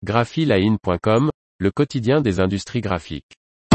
graphiline.com, le quotidien des industries graphiques.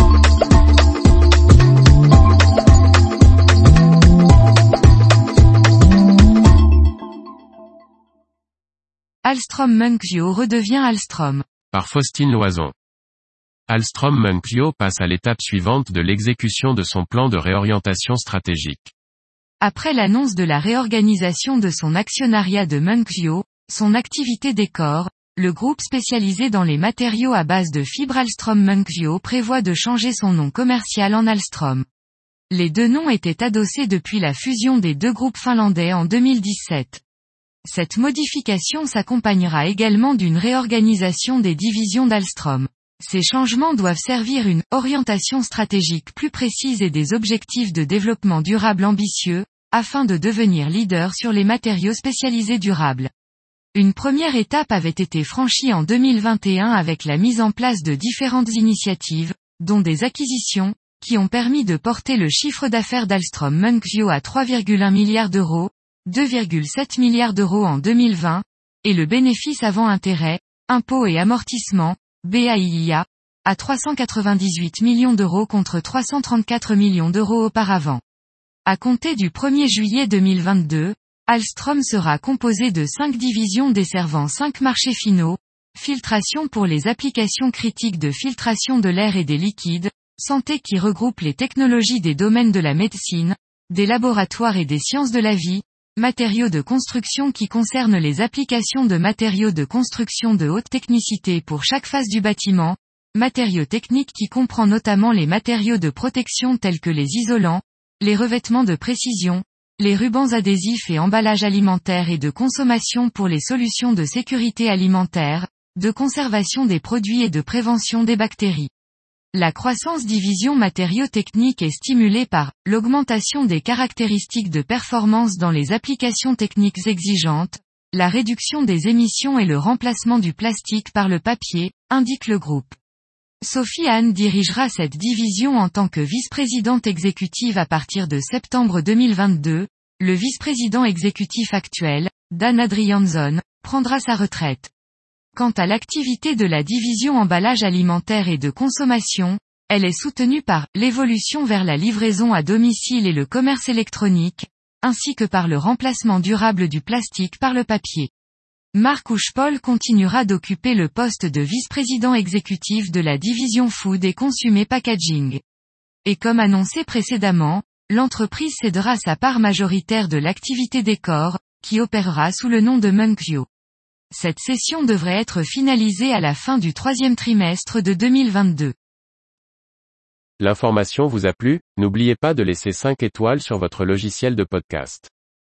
Alstom Munksjö redevient Alstom. Par Faustine Loison. Alstom Munksjö passe à l'étape suivante de l'exécution de son plan de réorientation stratégique. Après l'annonce de la réorganisation de son actionnariat de Munksjö, son activité décor, le groupe spécialisé dans les matériaux à base de fibres Alstom Munksjö prévoit de changer son nom commercial en Alstom. Les deux noms étaient adossés depuis la fusion des deux groupes finlandais en 2017. Cette modification s'accompagnera également d'une réorganisation des divisions d'Alstom. Ces changements doivent servir une orientation stratégique plus précise et des objectifs de développement durable ambitieux, afin de devenir leader sur les matériaux spécialisés durables. Une première étape avait été franchie en 2021 avec la mise en place de différentes initiatives, dont des acquisitions, qui ont permis de porter le chiffre d'affaires d'Alstom Munksjö à 3,1 milliards d'euros, 2,7 milliards d'euros en 2020, et le bénéfice avant intérêt, impôts et amortissements, BAIIA, à 398 millions d'euros contre 334 millions d'euros auparavant. À compter du 1er juillet 2022, Alstom sera composé de 5 divisions desservant 5 marchés finaux, filtration pour les applications critiques de filtration de l'air et des liquides, santé qui regroupe les technologies des domaines de la médecine, des laboratoires et des sciences de la vie, matériaux de construction qui concernent les applications de matériaux de construction de haute technicité pour chaque phase du bâtiment, matériaux techniques qui comprend notamment les matériaux de protection tels que les isolants, les revêtements de précision, les rubans adhésifs et emballages alimentaires et de consommation pour les solutions de sécurité alimentaire, de conservation des produits et de prévention des bactéries. La croissance division matériaux techniques est stimulée par l'augmentation des caractéristiques de performance dans les applications techniques exigeantes, la réduction des émissions et le remplacement du plastique par le papier, indique le groupe. Sophie Hahn dirigera cette division en tant que vice-présidente exécutive à partir de septembre 2022, le vice-président exécutif actuel, Dan Adriansson, prendra sa retraite. Quant à l'activité de la division emballage alimentaire et de consommation, elle est soutenue par l'évolution vers la livraison à domicile et le commerce électronique, ainsi que par le remplacement durable du plastique par le papier. Marc Houche-Paul continuera d'occuper le poste de vice-président exécutif de la division Food et Consumer Packaging. Et comme annoncé précédemment, l'entreprise cédera sa part majoritaire de l'activité décor, qui opérera sous le nom de Munksjö. Cette cession devrait être finalisée à la fin du troisième trimestre de 2022. L'information vous a plu? N'oubliez pas de laisser 5 étoiles sur votre logiciel de podcast.